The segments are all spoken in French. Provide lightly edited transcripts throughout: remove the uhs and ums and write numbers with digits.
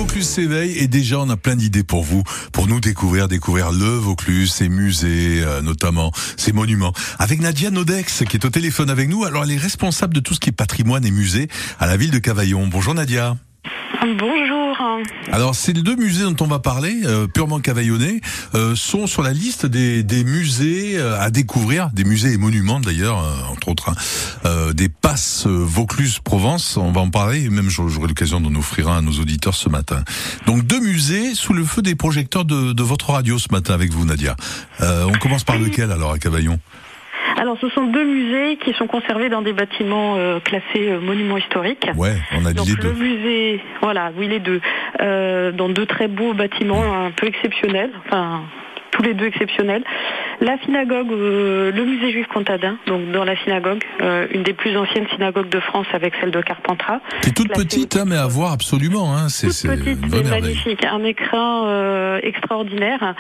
Vaucluse s'éveille et déjà on a plein d'idées pour vous, pour nous découvrir le Vaucluse, ses musées notamment, ses monuments. Avec Nadia Nodex qui est au téléphone avec nous. Alors elle est responsable de tout ce qui est patrimoine et musée à la ville de Cavaillon. Bonjour Nadia. Bonjour. Alors ces deux musées dont on va parler, purement cavaillonnais, sont sur la liste des musées à découvrir, des musées et monuments d'ailleurs, entre autres, des passes Vaucluse Provence. On va en parler, et même j'aurai l'occasion d'en offrir un à nos auditeurs ce matin. Donc deux musées sous le feu des projecteurs de votre radio ce matin avec vous Nadia. On commence par lequel alors à Cavaillon ? Alors, ce sont deux musées qui sont conservés dans des bâtiments classés monuments historiques. Ouais, on a dit les deux. Donc, le musée, voilà, oui, les deux. Dans deux très beaux bâtiments un peu exceptionnels, enfin, tous les deux exceptionnels. La synagogue, le musée juif Contadin, donc dans la synagogue, une des plus anciennes synagogues de France avec celle de Carpentras. C'est toute petite, mais à voir absolument. C'est petite, c'est magnifique, un écrin extraordinaire.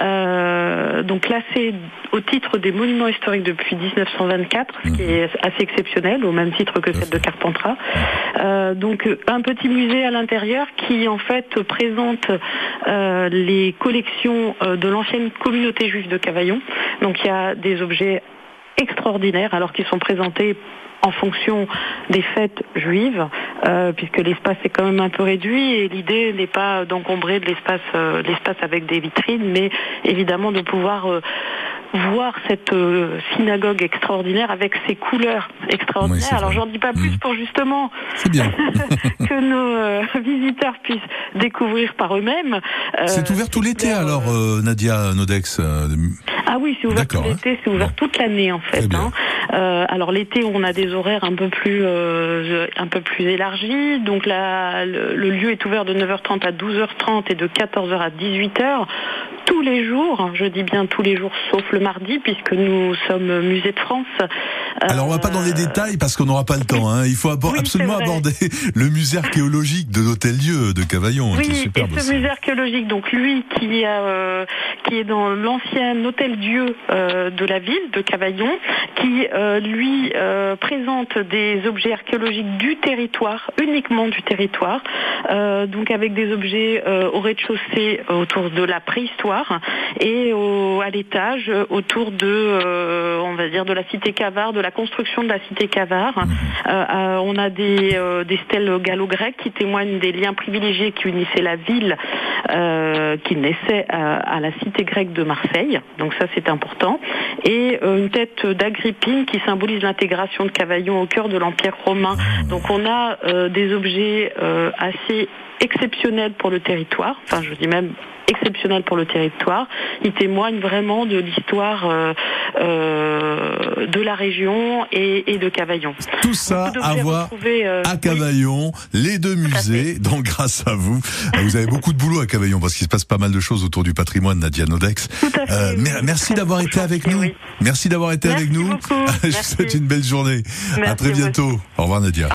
Donc classé au titre des monuments historiques depuis 1924, ce qui est assez exceptionnel, au même titre que celle de Carpentras. Donc un petit musée à l'intérieur qui en fait présente les collections de l'ancienne communauté juive de Cavaillon. Donc il y a des objets extraordinaires alors qu'ils sont présentés en fonction des fêtes juives, puisque l'espace est quand même un peu réduit et l'idée n'est pas d'encombrer de l'espace avec des vitrines, mais évidemment de pouvoir voir cette synagogue extraordinaire avec ses couleurs extraordinaires. Oui, alors j'en dis pas plus pour justement c'est bien. que nos visiteurs puissent découvrir par eux-mêmes. C'est ouvert tout l'été alors, Nadia Nodex. Ah oui, c'est ouvert tout l'été, c'est ouvert toute l'année en fait. Alors l'été, on a des horaires un peu plus élargis. Donc le lieu est ouvert de 9h30 à 12h30 et de 14h à 18h. Tous les jours, je dis bien tous les jours, sauf le mardi, puisque nous sommes musée de France. Alors on va pas dans les détails parce qu'on n'aura pas le temps. Il faut absolument aborder le musée archéologique de l'Hôtel-Dieu de Cavaillon, qui est superbe. Et ce musée archéologique, donc lui, qui est dans l'ancien Hôtel-Dieu de la ville de Cavaillon, qui lui présente des objets archéologiques du territoire, uniquement du territoire, donc avec des objets au rez-de-chaussée autour de la préhistoire et à l'étage autour on va dire de la cité Cavard, de la construction de la cité Cavard. On a des stèles gallo-grecques qui témoignent des liens privilégiés qui unissaient la ville qui naissait à la cité grecque de Marseille. Donc ça c'est important. Et une tête d'Agrippine qui symbolise l'intégration de Cavaillon au cœur de l'Empire romain. Donc on a des objets assez exceptionnels pour le territoire. Enfin je dis même exceptionnel pour le territoire. Il témoigne vraiment de l'histoire de la région et de Cavaillon. Tout ça à voir à Cavaillon, les deux musées. Donc grâce à vous, vous avez beaucoup de boulot à Cavaillon parce qu'il se passe pas mal de choses autour du patrimoine, Nadia Nodex. Merci d'avoir été avec nous. Merci d'avoir été avec nous. Je vous souhaite une belle journée. À très bientôt. Au revoir Nadia.